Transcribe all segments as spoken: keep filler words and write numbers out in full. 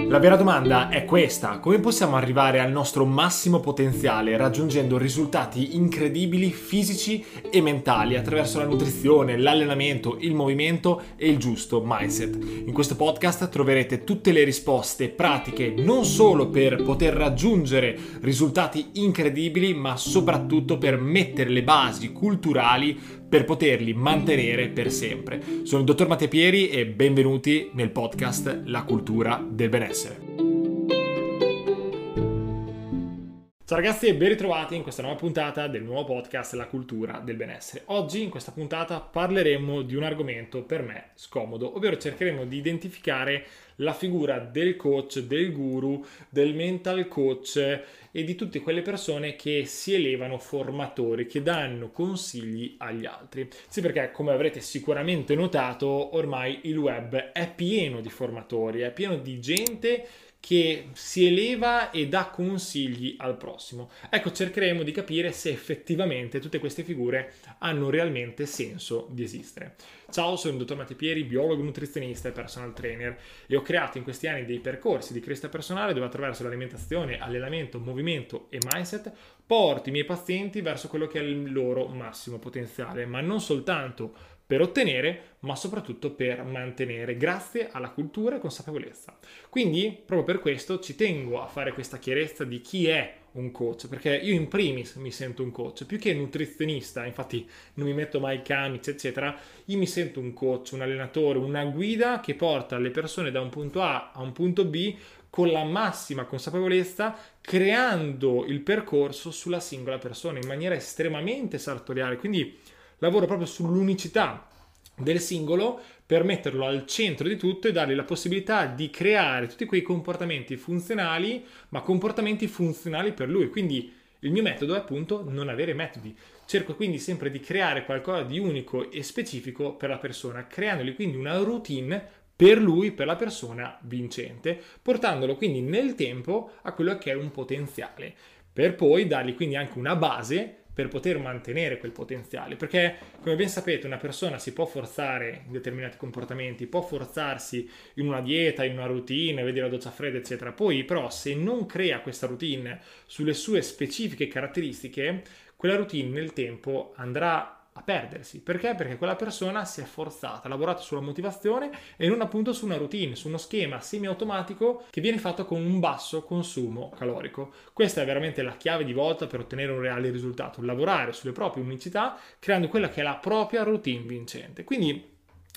La vera domanda è questa: come possiamo arrivare al nostro massimo potenziale raggiungendo risultati incredibili fisici e mentali attraverso la nutrizione, l'allenamento, il movimento e il giusto mindset? In questo podcast troverete tutte le risposte pratiche non solo per poter raggiungere risultati incredibili, ma soprattutto per mettere le basi culturali per poterli mantenere per sempre. Sono il dottor Matteo Pieri e benvenuti nel podcast La cultura del benessere. Ciao ragazzi e ben ritrovati in questa nuova puntata del nuovo podcast La cultura del benessere. Oggi in questa puntata parleremo di un argomento per me scomodo, ovvero cercheremo di identificare la figura del coach, del guru, del mental coach e di tutte quelle persone che si elevano formatori, che danno consigli agli altri. Sì, perché come avrete sicuramente notato, ormai il web è pieno di formatori, è pieno di gente che si eleva e dà consigli al prossimo. Ecco, cercheremo di capire se effettivamente tutte queste figure hanno realmente senso di esistere. Ciao, sono il dottor Matteo Pieri, biologo, nutrizionista e personal trainer e ho creato in questi anni dei percorsi di crescita personale dove attraverso l'alimentazione, allenamento, movimento e mindset porto i miei pazienti verso quello che è il loro massimo potenziale, ma non soltanto per ottenere, ma soprattutto per mantenere, grazie alla cultura e consapevolezza. Quindi, proprio per questo, ci tengo a fare questa chiarezza di chi è un coach, perché io in primis mi sento un coach, più che nutrizionista, infatti non mi metto mai camice, eccetera, io mi sento un coach, un allenatore, una guida che porta le persone da un punto A a un punto B con la massima consapevolezza, creando il percorso sulla singola persona in maniera estremamente sartoriale. Quindi lavoro proprio sull'unicità del singolo per metterlo al centro di tutto e dargli la possibilità di creare tutti quei comportamenti funzionali, ma comportamenti funzionali per lui. Quindi il mio metodo è appunto non avere metodi. Cerco quindi sempre di creare qualcosa di unico e specifico per la persona, creandogli quindi una routine per lui, per la persona vincente, portandolo quindi nel tempo a quello che è un potenziale, per poi dargli quindi anche una base per poter mantenere quel potenziale, perché come ben sapete una persona si può forzare in determinati comportamenti, può forzarsi in una dieta, in una routine, vedi la doccia fredda eccetera, poi però se non crea questa routine sulle sue specifiche caratteristiche, quella routine nel tempo andrà a perdersi. Perché? Perché quella persona si è forzata, ha lavorato sulla motivazione e non appunto su una routine, su uno schema semi-automatico che viene fatto con un basso consumo calorico. Questa è veramente la chiave di volta per ottenere un reale risultato, lavorare sulle proprie unicità, creando quella che è la propria routine vincente. Quindi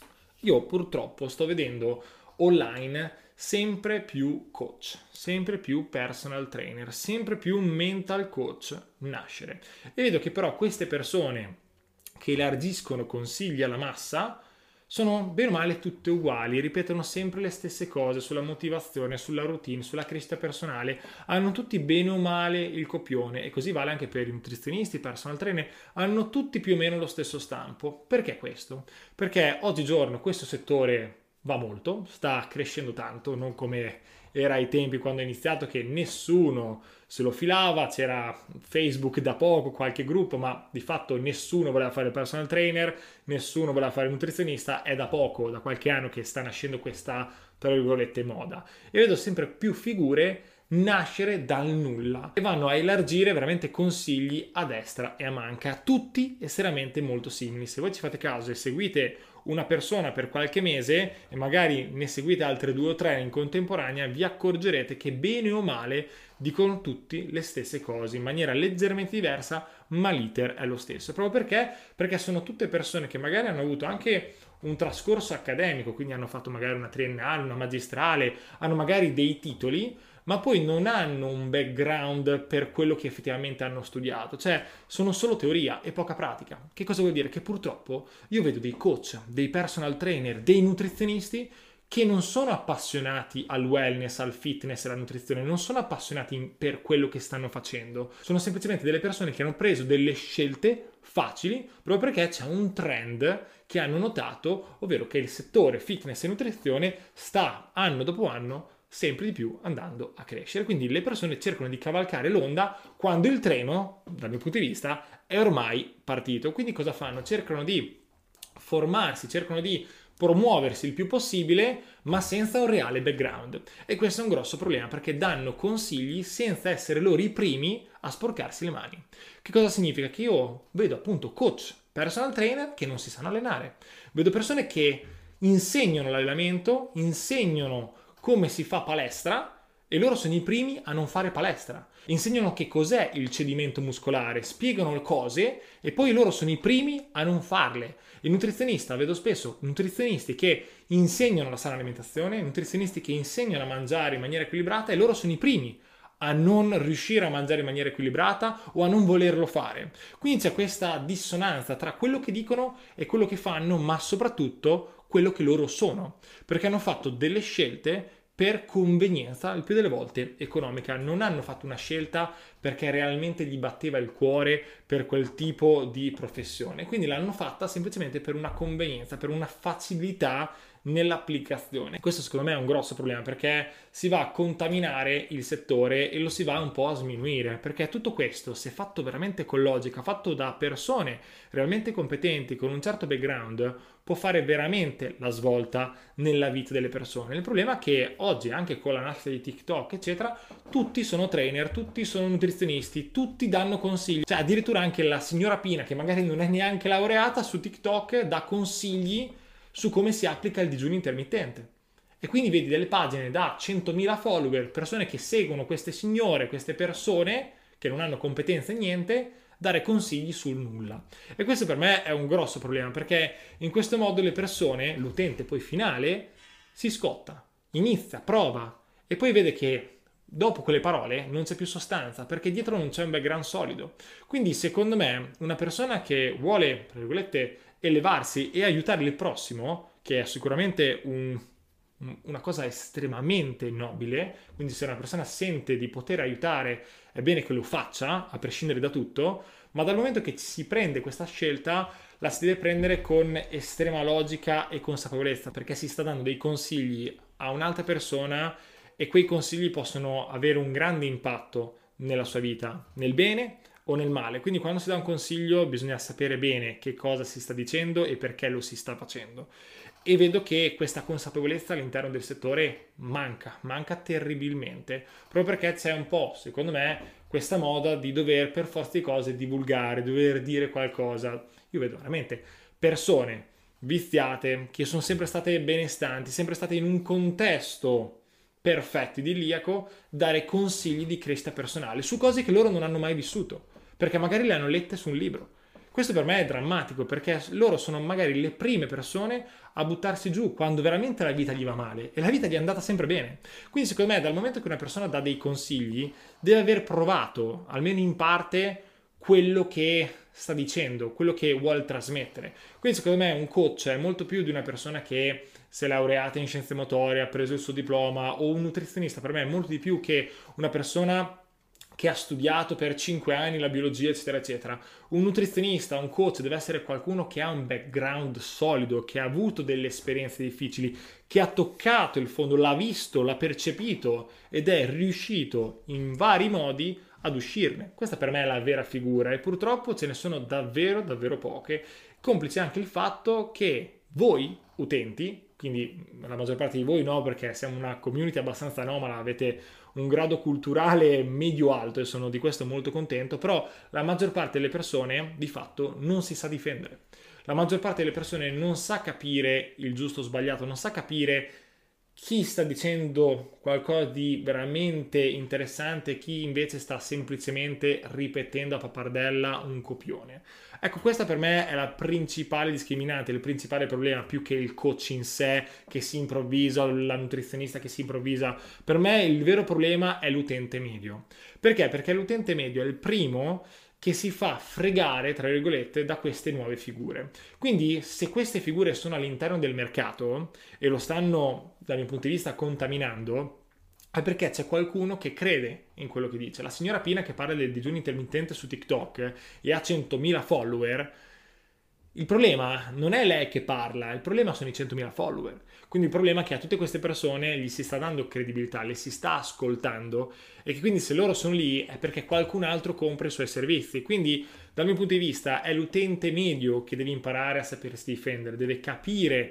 io purtroppo sto vedendo online sempre più coach, sempre più personal trainer, sempre più mental coach nascere. E vedo che però queste persone che elargiscono consigli alla massa sono bene o male tutte uguali, ripetono sempre le stesse cose sulla motivazione, sulla routine, sulla crescita personale, hanno tutti bene o male il copione e così vale anche per i nutrizionisti, i personal trainer, hanno tutti più o meno lo stesso stampo. Perché questo? Perché oggigiorno questo settore va molto, sta crescendo tanto, non come era ai tempi quando è iniziato che nessuno se lo filava, c'era Facebook da poco, qualche gruppo, ma di fatto nessuno voleva fare il personal trainer, nessuno voleva fare il nutrizionista, è da poco, da qualche anno che sta nascendo questa, tra virgolette, moda. E vedo sempre più figure nascere dal nulla e vanno a elargire veramente consigli a destra e a manca, tutti estremamente molto simili. Se voi ci fate caso e seguite una persona per qualche mese e magari ne seguite altre due o tre in contemporanea, vi accorgerete che bene o male dicono tutti le stesse cose in maniera leggermente diversa, ma l'iter è lo stesso. Proprio perché? Perché sono tutte persone che magari hanno avuto anche un trascorso accademico, quindi hanno fatto magari una triennale, una magistrale, hanno magari dei titoli, ma poi non hanno un background per quello che effettivamente hanno studiato, cioè sono solo teoria e poca pratica. Che cosa vuol dire? Che purtroppo io vedo dei coach, dei personal trainer, dei nutrizionisti che non sono appassionati al wellness, al fitness e alla nutrizione, non sono appassionati per quello che stanno facendo, sono semplicemente delle persone che hanno preso delle scelte facili proprio perché c'è un trend che hanno notato, ovvero che il settore fitness e nutrizione sta anno dopo anno sempre di più andando a crescere. Quindi le persone cercano di cavalcare l'onda quando il treno, dal mio punto di vista, è ormai partito. Quindi cosa fanno? Cercano di formarsi, cercano di promuoversi il più possibile, ma senza un reale background. E questo è un grosso problema perché danno consigli senza essere loro i primi a sporcarsi le mani. Che cosa significa? Che io vedo appunto coach, personal trainer che non si sanno allenare. Vedo persone che insegnano l'allenamento, insegnano come si fa palestra e loro sono i primi a non fare palestra. Insegnano che cos'è il cedimento muscolare, spiegano le cose e poi loro sono i primi a non farle. Il nutrizionista, vedo spesso nutrizionisti che insegnano la sana alimentazione, nutrizionisti che insegnano a mangiare in maniera equilibrata e loro sono i primi a non riuscire a mangiare in maniera equilibrata o a non volerlo fare. Quindi c'è questa dissonanza tra quello che dicono e quello che fanno, ma soprattutto quello che loro sono, perché hanno fatto delle scelte per convenienza, il più delle volte economica. Non hanno fatto una scelta perché realmente gli batteva il cuore per quel tipo di professione, quindi l'hanno fatta semplicemente per una convenienza, per una facilità nell'applicazione. Questo secondo me è un grosso problema perché si va a contaminare il settore e lo si va un po' a sminuire, perché tutto questo, se fatto veramente con logica, fatto da persone realmente competenti con un certo background, può fare veramente la svolta nella vita delle persone. Il problema è che oggi, anche con la nascita di TikTok eccetera, tutti sono trainer, tutti sono nutrizionisti, tutti danno consigli, cioè addirittura anche la signora Pina che magari non è neanche laureata su TikTok dà consigli su come si applica il digiuno intermittente. E quindi vedi delle pagine da centomila follower, persone che seguono queste signore, queste persone che non hanno competenze e niente, dare consigli sul nulla. E questo per me è un grosso problema perché in questo modo le persone, l'utente poi finale, si scotta, inizia, prova e poi vede che dopo quelle parole non c'è più sostanza perché dietro non c'è un background solido. Quindi secondo me una persona che vuole, tra virgolette, elevarsi e aiutare il prossimo, che è sicuramente un, una cosa estremamente nobile, quindi se una persona sente di poter aiutare è bene che lo faccia, a prescindere da tutto, ma dal momento che si prende questa scelta la si deve prendere con estrema logica e consapevolezza, perché si sta dando dei consigli a un'altra persona e quei consigli possono avere un grande impatto nella sua vita, nel bene o nel male. Quindi quando si dà un consiglio bisogna sapere bene che cosa si sta dicendo e perché lo si sta facendo. E vedo che questa consapevolezza all'interno del settore manca, manca terribilmente, proprio perché c'è un po', secondo me, questa moda di dover per forza di cose divulgare, dover dire qualcosa. Io vedo veramente persone viziate che sono sempre state benestanti, sempre state in un contesto perfetto, idilliaco, dare consigli di crescita personale su cose che loro non hanno mai vissuto, perché magari le hanno lette su un libro. Questo per me è drammatico perché loro sono magari le prime persone a buttarsi giù quando veramente la vita gli va male e la vita gli è andata sempre bene. Quindi secondo me dal momento che una persona dà dei consigli deve aver provato almeno in parte quello che sta dicendo, quello che vuole trasmettere. Quindi secondo me un coach è molto più di una persona che si è laureata in scienze motorie, ha preso il suo diploma, o un nutrizionista per me è molto di più che una persona che ha studiato per cinque anni la biologia, eccetera, eccetera. Un nutrizionista, un coach deve essere qualcuno che ha un background solido, che ha avuto delle esperienze difficili, che ha toccato il fondo, l'ha visto, l'ha percepito ed è riuscito in vari modi ad uscirne. Questa per me è la vera figura e purtroppo ce ne sono davvero, davvero poche, complice anche il fatto che voi, utenti, quindi la maggior parte di voi no, perché siamo una community abbastanza anomala, avete un grado culturale medio-alto e sono di questo molto contento, però la maggior parte delle persone di fatto non si sa difendere. La maggior parte delle persone non sa capire il giusto o sbagliato, non sa capire chi sta dicendo qualcosa di veramente interessante e chi invece sta semplicemente ripetendo a pappardella un copione. Ecco, questa per me è la principale discriminante, il principale problema, più che il coach in sé che si improvvisa, la nutrizionista che si improvvisa. Per me il vero problema è l'utente medio. Perché? Perché l'utente medio è il primo che si fa fregare, tra virgolette, da queste nuove figure. Quindi se queste figure sono all'interno del mercato e lo stanno, dal mio punto di vista, contaminando, è perché c'è qualcuno che crede in quello che dice. La signora Pina che parla del digiuno intermittente su TikTok e ha centomila follower, il problema non è lei che parla, il problema sono i centomila follower. Quindi il problema è che a tutte queste persone gli si sta dando credibilità, le si sta ascoltando e che quindi se loro sono lì è perché qualcun altro compra i suoi servizi. Quindi dal mio punto di vista è l'utente medio che deve imparare a sapersi difendere, deve capire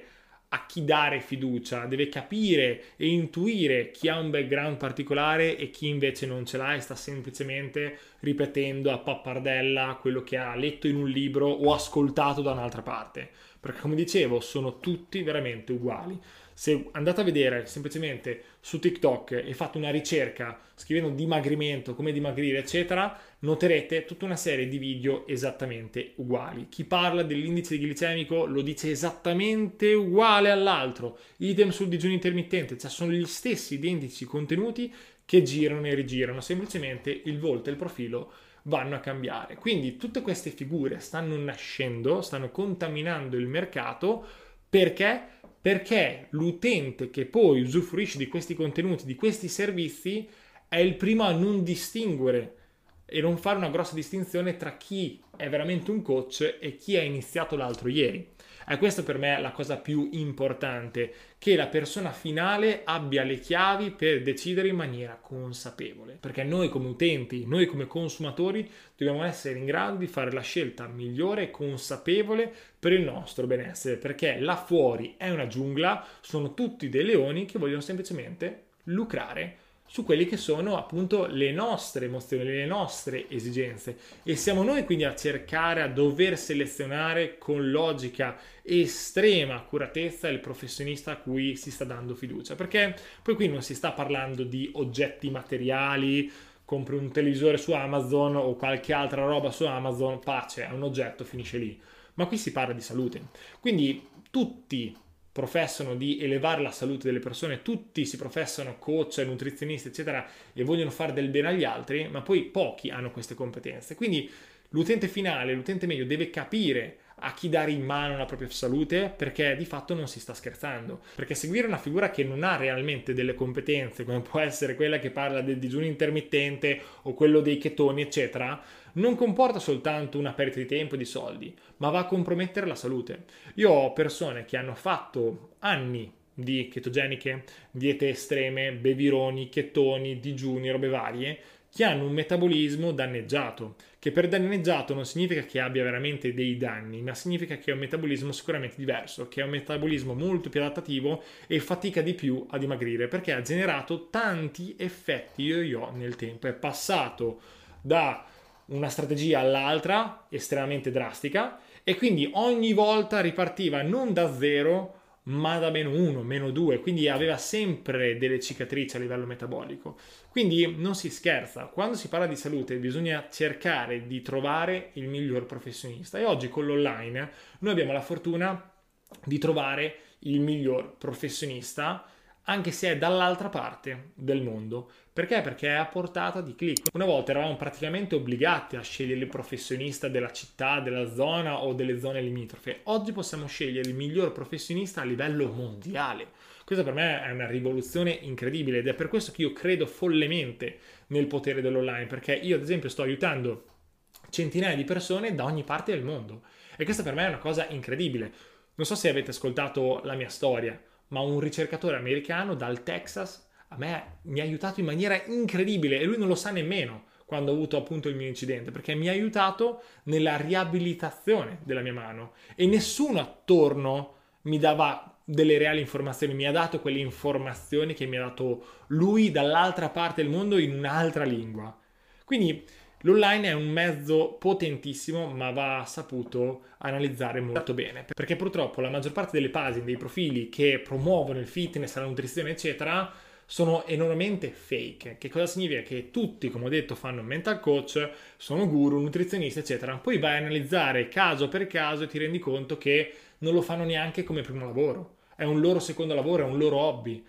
a chi dare fiducia, deve capire e intuire chi ha un background particolare e chi invece non ce l'ha e sta semplicemente ripetendo a pappardella quello che ha letto in un libro o ascoltato da un'altra parte. Perché come dicevo, sono tutti veramente uguali. Se andate a vedere semplicemente su TikTok e fate una ricerca scrivendo dimagrimento, come dimagrire, eccetera, noterete tutta una serie di video esattamente uguali. Chi parla dell'indice glicemico lo dice esattamente uguale all'altro. Idem sul digiuno intermittente, cioè sono gli stessi identici contenuti che girano e rigirano, semplicemente il volto e il profilo vanno a cambiare. Quindi tutte queste figure stanno nascendo, stanno contaminando il mercato perché perché l'utente che poi usufruisce di questi contenuti, di questi servizi, è il primo a non distinguere e non fare una grossa distinzione tra chi è veramente un coach e chi ha iniziato l'altro ieri. E questa per me è la cosa più importante, che la persona finale abbia le chiavi per decidere in maniera consapevole, perché noi come utenti, noi come consumatori dobbiamo essere in grado di fare la scelta migliore e consapevole per il nostro benessere, perché là fuori è una giungla, sono tutti dei leoni che vogliono semplicemente lucrare su quelli che sono appunto le nostre emozioni, le nostre esigenze, e siamo noi quindi a cercare, a dover selezionare con logica e estrema accuratezza il professionista a cui si sta dando fiducia, perché poi qui non si sta parlando di oggetti materiali, compri un televisore su Amazon o qualche altra roba su Amazon, pace, è un oggetto, finisce lì, ma qui si parla di salute, quindi tutti professano di elevare la salute delle persone, tutti si professano coach, nutrizionisti, eccetera, e vogliono fare del bene agli altri, ma poi pochi hanno queste competenze. Quindi l'utente finale, l'utente medio deve capire a chi dare in mano la propria salute, perché di fatto non si sta scherzando, perché seguire una figura che non ha realmente delle competenze, come può essere quella che parla del digiuno intermittente o quello dei chetoni, eccetera, non comporta soltanto una perdita di tempo e di soldi, ma va a compromettere la salute. Io ho persone che hanno fatto anni di chetogeniche, diete estreme, bevironi, chetoni, digiuni, robe varie, che hanno un metabolismo danneggiato, che per danneggiato non significa che abbia veramente dei danni, ma significa che è un metabolismo sicuramente diverso, che è un metabolismo molto più adattativo e fatica di più a dimagrire, perché ha generato tanti effetti yo-yo nel tempo, è passato da una strategia all'altra estremamente drastica e quindi ogni volta ripartiva non da zero ma da meno uno, meno due, quindi aveva sempre delle cicatrici a livello metabolico. Quindi non si scherza, quando si parla di salute bisogna cercare di trovare il miglior professionista e oggi con l'online noi abbiamo la fortuna di trovare il miglior professionista anche se è dall'altra parte del mondo. Perché? Perché è a portata di click. Una volta eravamo praticamente obbligati a scegliere il professionista della città, della zona o delle zone limitrofe. Oggi possiamo scegliere il miglior professionista a livello mondiale. Questa per me è una rivoluzione incredibile ed è per questo che io credo follemente nel potere dell'online, perché io ad esempio sto aiutando centinaia di persone da ogni parte del mondo e questa per me è una cosa incredibile. Non so se avete ascoltato la mia storia, ma un ricercatore americano dal Texas a me mi ha aiutato in maniera incredibile e lui non lo sa nemmeno quando ho avuto appunto il mio incidente, perché mi ha aiutato nella riabilitazione della mia mano e nessuno attorno mi dava delle reali informazioni, mi ha dato quelle informazioni che mi ha dato lui dall'altra parte del mondo in un'altra lingua. Quindi l'online è un mezzo potentissimo, ma va saputo analizzare molto bene, perché purtroppo la maggior parte delle pagine, dei profili che promuovono il fitness, la nutrizione, eccetera, sono enormemente fake. Che cosa significa? Che tutti, come ho detto, fanno mental coach, sono guru, nutrizionisti, eccetera. Poi vai a analizzare caso per caso e ti rendi conto che non lo fanno neanche come primo lavoro. È un loro secondo lavoro, è un loro hobby.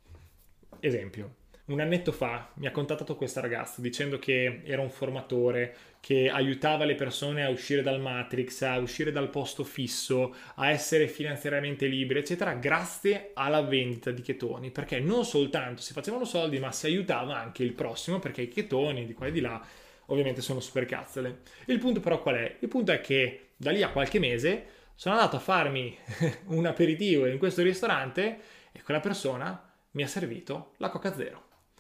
Esempio. Un annetto fa mi ha contattato questa ragazza dicendo che era un formatore che aiutava le persone a uscire dal Matrix, a uscire dal posto fisso, a essere finanziariamente liberi, eccetera, grazie alla vendita di chetoni, perché non soltanto si facevano soldi, ma si aiutava anche il prossimo, perché i chetoni di qua e di là ovviamente sono super cazzole. Il punto però qual è? Il punto è che da lì a qualche mese sono andato a farmi un aperitivo in questo ristorante e quella persona mi ha servito la Coca Zero.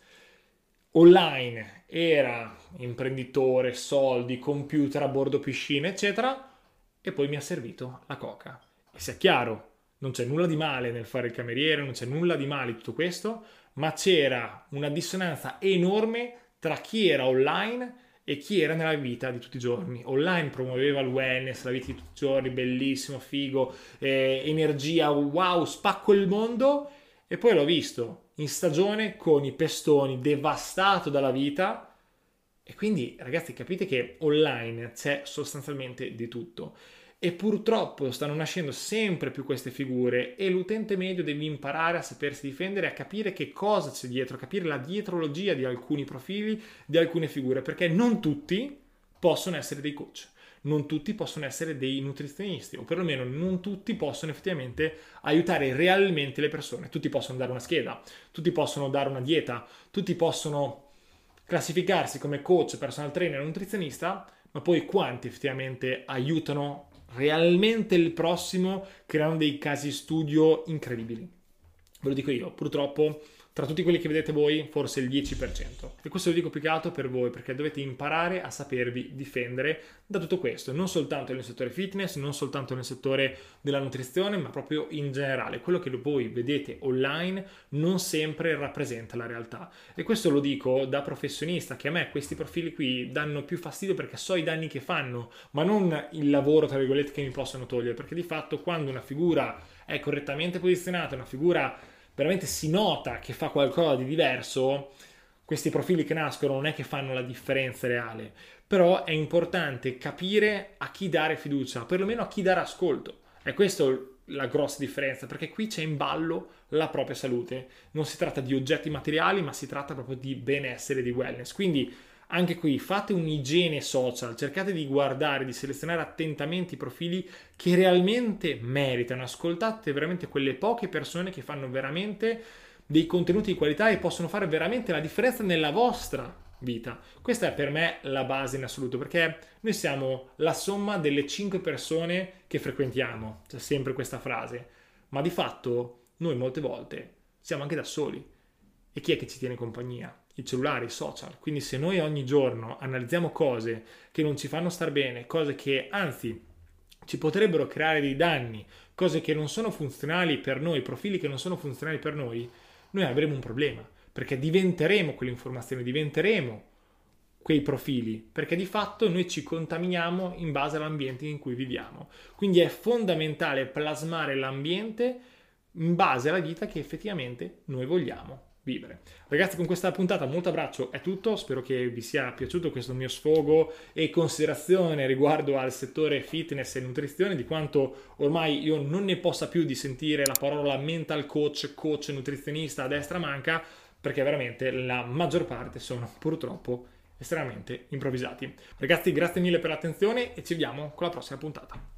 Online era imprenditore, soldi, computer a bordo piscina, eccetera, e poi mi ha servito la coca. E sia chiaro, non c'è nulla di male nel fare il cameriere, non c'è nulla di male in tutto questo, ma c'era una dissonanza enorme tra chi era online e chi era nella vita di tutti i giorni. Online promuoveva il wellness, la vita di tutti i giorni, bellissimo, figo, eh, energia, wow, spacco il mondo. E poi l'ho visto in stagione con i pestoni, devastato dalla vita. E quindi, ragazzi, capite che online c'è sostanzialmente di tutto. E purtroppo stanno nascendo sempre più queste figure e l'utente medio deve imparare a sapersi difendere, a capire che cosa c'è dietro, a capire la dietrologia di alcuni profili, di alcune figure, perché non tutti possono essere dei coach, non tutti possono essere dei nutrizionisti, o perlomeno non tutti possono effettivamente aiutare realmente le persone. Tutti possono dare una scheda, tutti possono dare una dieta, tutti possono classificarsi come coach, personal trainer, nutrizionista, ma poi quanti effettivamente aiutano realmente il prossimo, creando dei casi studio incredibili? Ve lo dico io, purtroppo tra tutti quelli che vedete voi forse il dieci per cento. E questo lo dico più che altro per voi, perché dovete imparare a sapervi difendere da tutto questo, non soltanto nel settore fitness, non soltanto nel settore della nutrizione, ma proprio in generale. Quello che voi vedete online non sempre rappresenta la realtà. E questo lo dico da professionista, che a me questi profili qui danno più fastidio perché so i danni che fanno, ma non il lavoro, tra virgolette, che mi possono togliere, perché di fatto quando una figura è correttamente posizionata, una figura veramente si nota che fa qualcosa di diverso, questi profili che nascono non è che fanno la differenza reale, però è importante capire a chi dare fiducia, perlomeno a chi dare ascolto. E questa è la grossa differenza, perché qui c'è in ballo la propria salute. Non si tratta di oggetti materiali, ma si tratta proprio di benessere, di wellness. Quindi anche qui fate un'igiene social, cercate di guardare, di selezionare attentamente i profili che realmente meritano, ascoltate veramente quelle poche persone che fanno veramente dei contenuti di qualità e possono fare veramente la differenza nella vostra vita. Questa è per me la base in assoluto, perché noi siamo la somma delle cinque persone che frequentiamo, c'è sempre questa frase, ma di fatto noi molte volte siamo anche da soli. E chi è che ci tiene compagnia? I cellulari, i social. Quindi se noi ogni giorno analizziamo cose che non ci fanno star bene, cose che anzi ci potrebbero creare dei danni, cose che non sono funzionali per noi, profili che non sono funzionali per noi, noi avremo un problema, perché diventeremo quelle informazioni, diventeremo quei profili, perché di fatto noi ci contaminiamo in base all'ambiente in cui viviamo. Quindi è fondamentale plasmare l'ambiente in base alla vita che effettivamente noi vogliamo vivere. Ragazzi, con questa puntata molto abbraccio, è tutto, spero che vi sia piaciuto questo mio sfogo e considerazione riguardo al settore fitness e nutrizione, di quanto ormai io non ne possa più di sentire la parola mental coach, coach nutrizionista a destra manca, perché veramente la maggior parte sono purtroppo estremamente improvvisati. Ragazzi, grazie mille per l'attenzione e ci vediamo con la prossima puntata.